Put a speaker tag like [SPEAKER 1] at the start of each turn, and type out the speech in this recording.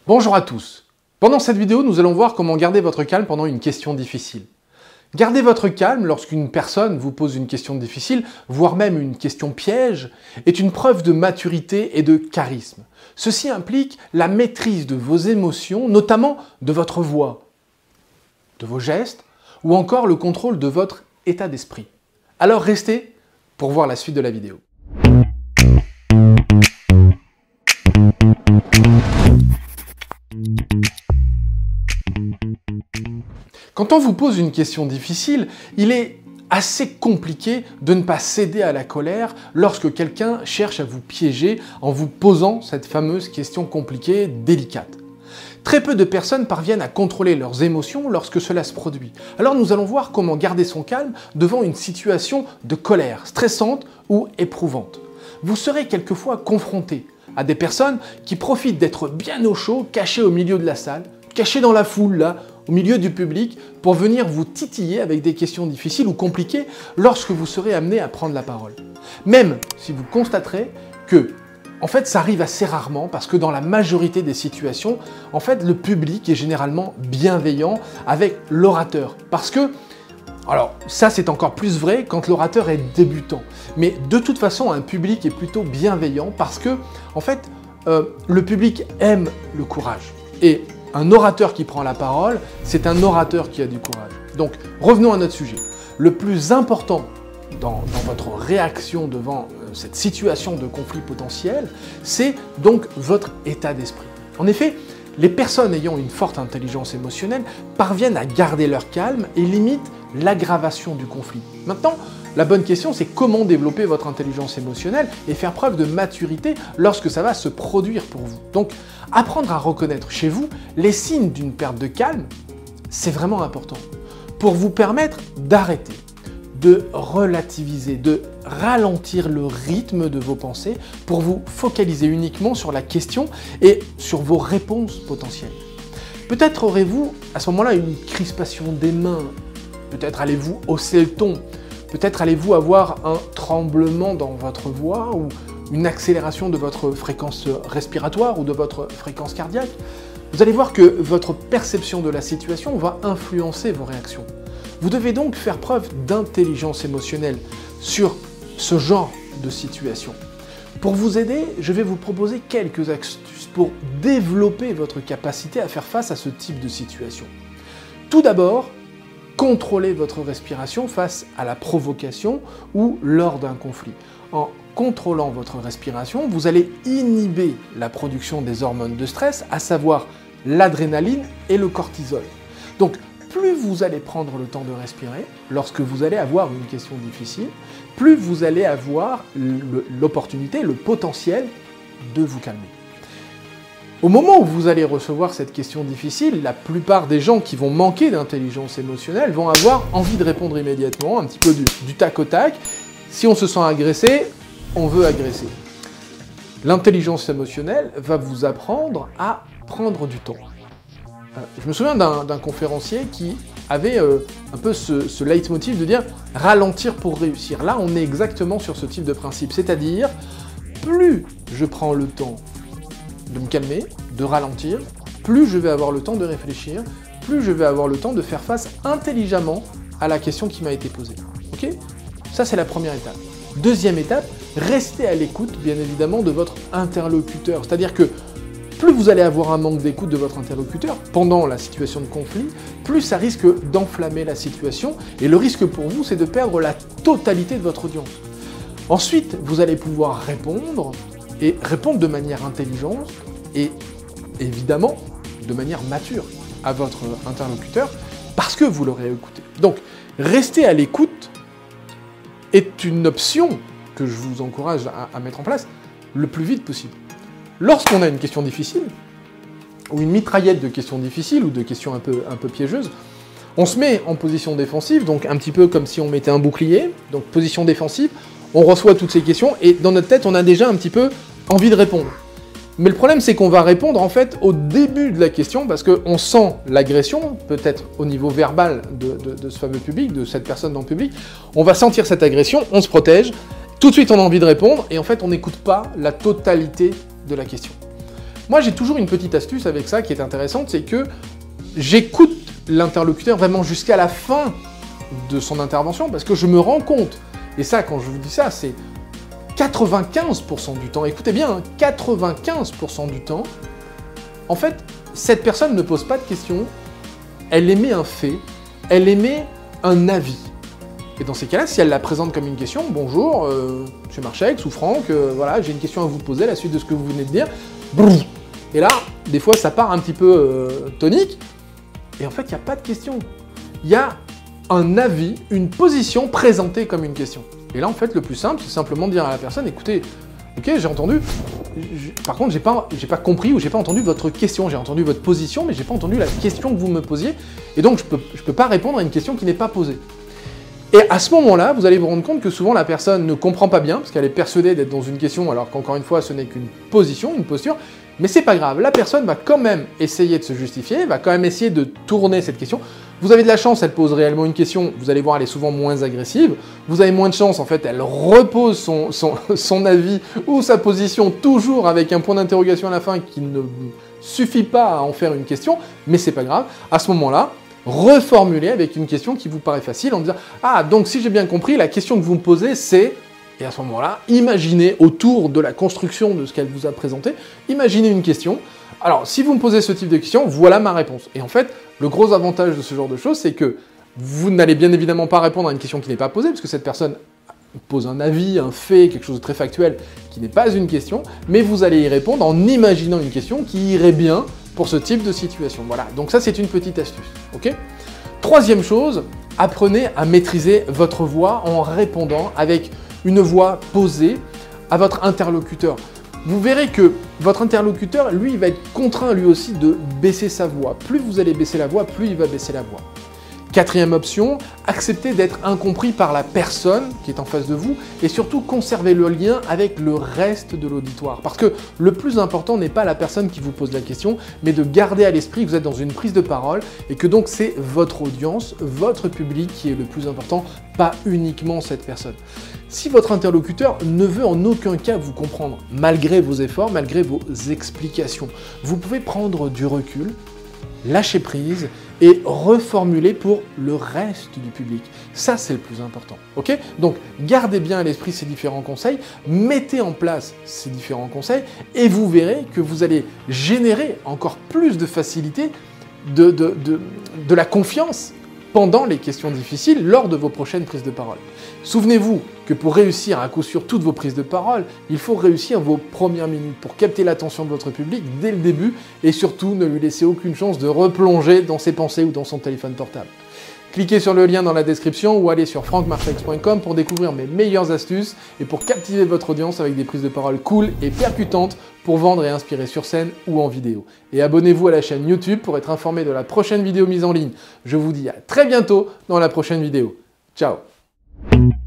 [SPEAKER 1] Bonjour à tous. Pendant cette vidéo, nous allons voir comment garder votre calme pendant une question difficile. Garder votre calme lorsqu'une personne vous pose une question difficile, voire même une question piège, est une preuve de maturité et de charisme. Ceci implique la maîtrise de vos émotions, notamment de votre voix, de vos gestes, ou encore le contrôle de votre état d'esprit. Alors restez pour voir la suite de la vidéo. Quand on vous pose une question difficile, il est assez compliqué de ne pas céder à la colère lorsque quelqu'un cherche à vous piéger en vous posant cette fameuse question compliquée, délicate. Très peu de personnes parviennent à contrôler leurs émotions lorsque cela se produit. Alors nous allons voir comment garder son calme devant une situation de colère, stressante ou éprouvante. Vous serez quelquefois confronté à des personnes qui profitent d'être bien au chaud, cachées au milieu de la salle, cachées dans la foule, là, au milieu du public, pour venir vous titiller avec des questions difficiles ou compliquées lorsque vous serez amené à prendre la parole. Même si vous constaterez que, en fait, ça arrive assez rarement parce que dans la majorité des situations, en fait, le public est généralement bienveillant avec l'orateur. Parce que, alors ça c'est encore plus vrai quand l'orateur est débutant. Mais de toute façon, un public est plutôt bienveillant parce que, en fait, le public aime le courage. Et un orateur qui prend la parole, c'est un orateur qui a du courage. Donc, revenons à notre sujet. Le plus important dans votre réaction devant cette situation de conflit potentiel, c'est donc votre état d'esprit. En effet, les personnes ayant une forte intelligence émotionnelle parviennent à garder leur calme et limitent l'aggravation du conflit. Maintenant, la bonne question, c'est comment développer votre intelligence émotionnelle et faire preuve de maturité lorsque ça va se produire pour vous. Donc, apprendre à reconnaître chez vous les signes d'une perte de calme, c'est vraiment important pour vous permettre d'arrêter, de relativiser, de ralentir le rythme de vos pensées pour vous focaliser uniquement sur la question et sur vos réponses potentielles. Peut-être aurez-vous à ce moment-là une crispation des mains, peut-être allez-vous hausser le ton, peut-être allez-vous avoir un tremblement dans votre voix ou une accélération de votre fréquence respiratoire ou de votre fréquence cardiaque. Vous allez voir que votre perception de la situation va influencer vos réactions. Vous devez donc faire preuve d'intelligence émotionnelle sur ce genre de situation. Pour vous aider, je vais vous proposer quelques astuces pour développer votre capacité à faire face à ce type de situation. Tout d'abord, contrôlez votre respiration face à la provocation ou lors d'un conflit. En contrôlant votre respiration, vous allez inhiber la production des hormones de stress, à savoir l'adrénaline et le cortisol. Donc, plus vous allez prendre le temps de respirer lorsque vous allez avoir une question difficile, plus vous allez avoir l'opportunité, le potentiel de vous calmer. Au moment où vous allez recevoir cette question difficile, la plupart des gens qui vont manquer d'intelligence émotionnelle vont avoir envie de répondre immédiatement, un petit peu du tac au tac. Si on se sent agressé, on veut agresser. L'intelligence émotionnelle va vous apprendre à prendre du temps. Je me souviens d'un conférencier qui avait un peu ce leitmotiv de dire « ralentir pour réussir ». Là, on est exactement sur ce type de principe, c'est-à-dire plus je prends le temps de me calmer, de ralentir, plus je vais avoir le temps de réfléchir, plus je vais avoir le temps de faire face intelligemment à la question qui m'a été posée. Ok ? Ça, c'est la première étape. Deuxième étape, restez à l'écoute, bien évidemment, de votre interlocuteur. C'est-à-dire que plus vous allez avoir un manque d'écoute de votre interlocuteur pendant la situation de conflit, plus ça risque d'enflammer la situation, et le risque pour vous, c'est de perdre la totalité de votre audience. Ensuite, vous allez pouvoir répondre, et répondre de manière intelligente, et évidemment, de manière mature à votre interlocuteur, parce que vous l'aurez écouté. Donc, rester à l'écoute est une option que je vous encourage à mettre en place le plus vite possible. Lorsqu'on a une question difficile, ou une mitraillette de questions difficiles, ou de questions un peu piégeuses, on se met en position défensive, donc un petit peu comme si on mettait un bouclier, donc position défensive, on reçoit toutes ces questions, et dans notre tête, on a déjà un petit peu envie de répondre. Mais le problème, c'est qu'on va répondre en fait au début de la question, parce qu'on sent l'agression, peut-être au niveau verbal de ce fameux public, de cette personne dans le public, on va sentir cette agression, on se protège, tout de suite on a envie de répondre, et en fait on n'écoute pas la totalité de la question. Moi, j'ai toujours une petite astuce avec ça qui est intéressante, c'est que j'écoute l'interlocuteur vraiment jusqu'à la fin de son intervention, parce que je me rends compte, et ça, quand je vous dis ça, c'est 95% du temps, écoutez bien, 95% du temps, en fait, cette personne ne pose pas de questions, elle émet un fait, elle émet un avis. Et dans ces cas-là, si elle la présente comme une question, bonjour, monsieur Marchex ou Franck, voilà, j'ai une question à vous poser à la suite de ce que vous venez de dire. Brrr. Et là, des fois, ça part un petit peu tonique, et en fait, il n'y a pas de question. Il y a un avis, une position présentée comme une question. Et là, en fait, le plus simple, c'est simplement de dire à la personne, écoutez, ok, j'ai entendu, par contre, j'ai pas compris ou j'ai pas entendu votre question, j'ai entendu votre position, mais j'ai pas entendu la question que vous me posiez, et donc je peux pas répondre à une question qui n'est pas posée. Et à ce moment-là, vous allez vous rendre compte que souvent la personne ne comprend pas bien, parce qu'elle est persuadée d'être dans une question, alors qu'encore une fois, ce n'est qu'une position, une posture, mais c'est pas grave, la personne va quand même essayer de se justifier, va quand même essayer de tourner cette question. Vous avez de la chance, elle pose réellement une question, vous allez voir, elle est souvent moins agressive. Vous avez moins de chance, en fait, elle repose son avis ou sa position, toujours avec un point d'interrogation à la fin qui ne suffit pas à en faire une question, mais c'est pas grave. À ce moment-là, reformulez avec une question qui vous paraît facile en disant « Ah, donc si j'ai bien compris, la question que vous me posez, c'est… » Et à ce moment-là, imaginez autour de la construction de ce qu'elle vous a présenté, imaginez une question. Alors, si vous me posez ce type de question, voilà ma réponse. Et en fait, le gros avantage de ce genre de choses, c'est que vous n'allez bien évidemment pas répondre à une question qui n'est pas posée, parce que cette personne pose un avis, un fait, quelque chose de très factuel, qui n'est pas une question, mais vous allez y répondre en imaginant une question qui irait bien pour ce type de situation. Voilà, donc ça c'est une petite astuce, ok ? Troisième chose, apprenez à maîtriser votre voix en répondant avec une voix posée à votre interlocuteur. Vous verrez que votre interlocuteur, lui, il va être contraint lui aussi de baisser sa voix. Plus vous allez baisser la voix, plus il va baisser la voix. Quatrième option, acceptez d'être incompris par la personne qui est en face de vous et surtout conservez le lien avec le reste de l'auditoire. Parce que le plus important n'est pas la personne qui vous pose la question, mais de garder à l'esprit que vous êtes dans une prise de parole et que donc c'est votre audience, votre public qui est le plus important, pas uniquement cette personne. Si votre interlocuteur ne veut en aucun cas vous comprendre, malgré vos efforts, malgré vos explications, vous pouvez prendre du recul, lâcher prise et reformuler pour le reste du public. Ça, c'est le plus important. Ok ? Donc, gardez bien à l'esprit ces différents conseils, mettez en place ces différents conseils et vous verrez que vous allez générer encore plus de facilité, de la confiance pendant les questions difficiles lors de vos prochaines prises de parole. Souvenez-vous que pour réussir à coup sûr toutes vos prises de parole, il faut réussir vos premières minutes pour capter l'attention de votre public dès le début et surtout ne lui laisser aucune chance de replonger dans ses pensées ou dans son téléphone portable. Cliquez sur le lien dans la description ou allez sur francmarchex.com pour découvrir mes meilleures astuces et pour captiver votre audience avec des prises de parole cool et percutantes pour vendre et inspirer sur scène ou en vidéo. Et abonnez-vous à la chaîne YouTube pour être informé de la prochaine vidéo mise en ligne. Je vous dis à très bientôt dans la prochaine vidéo. Ciao!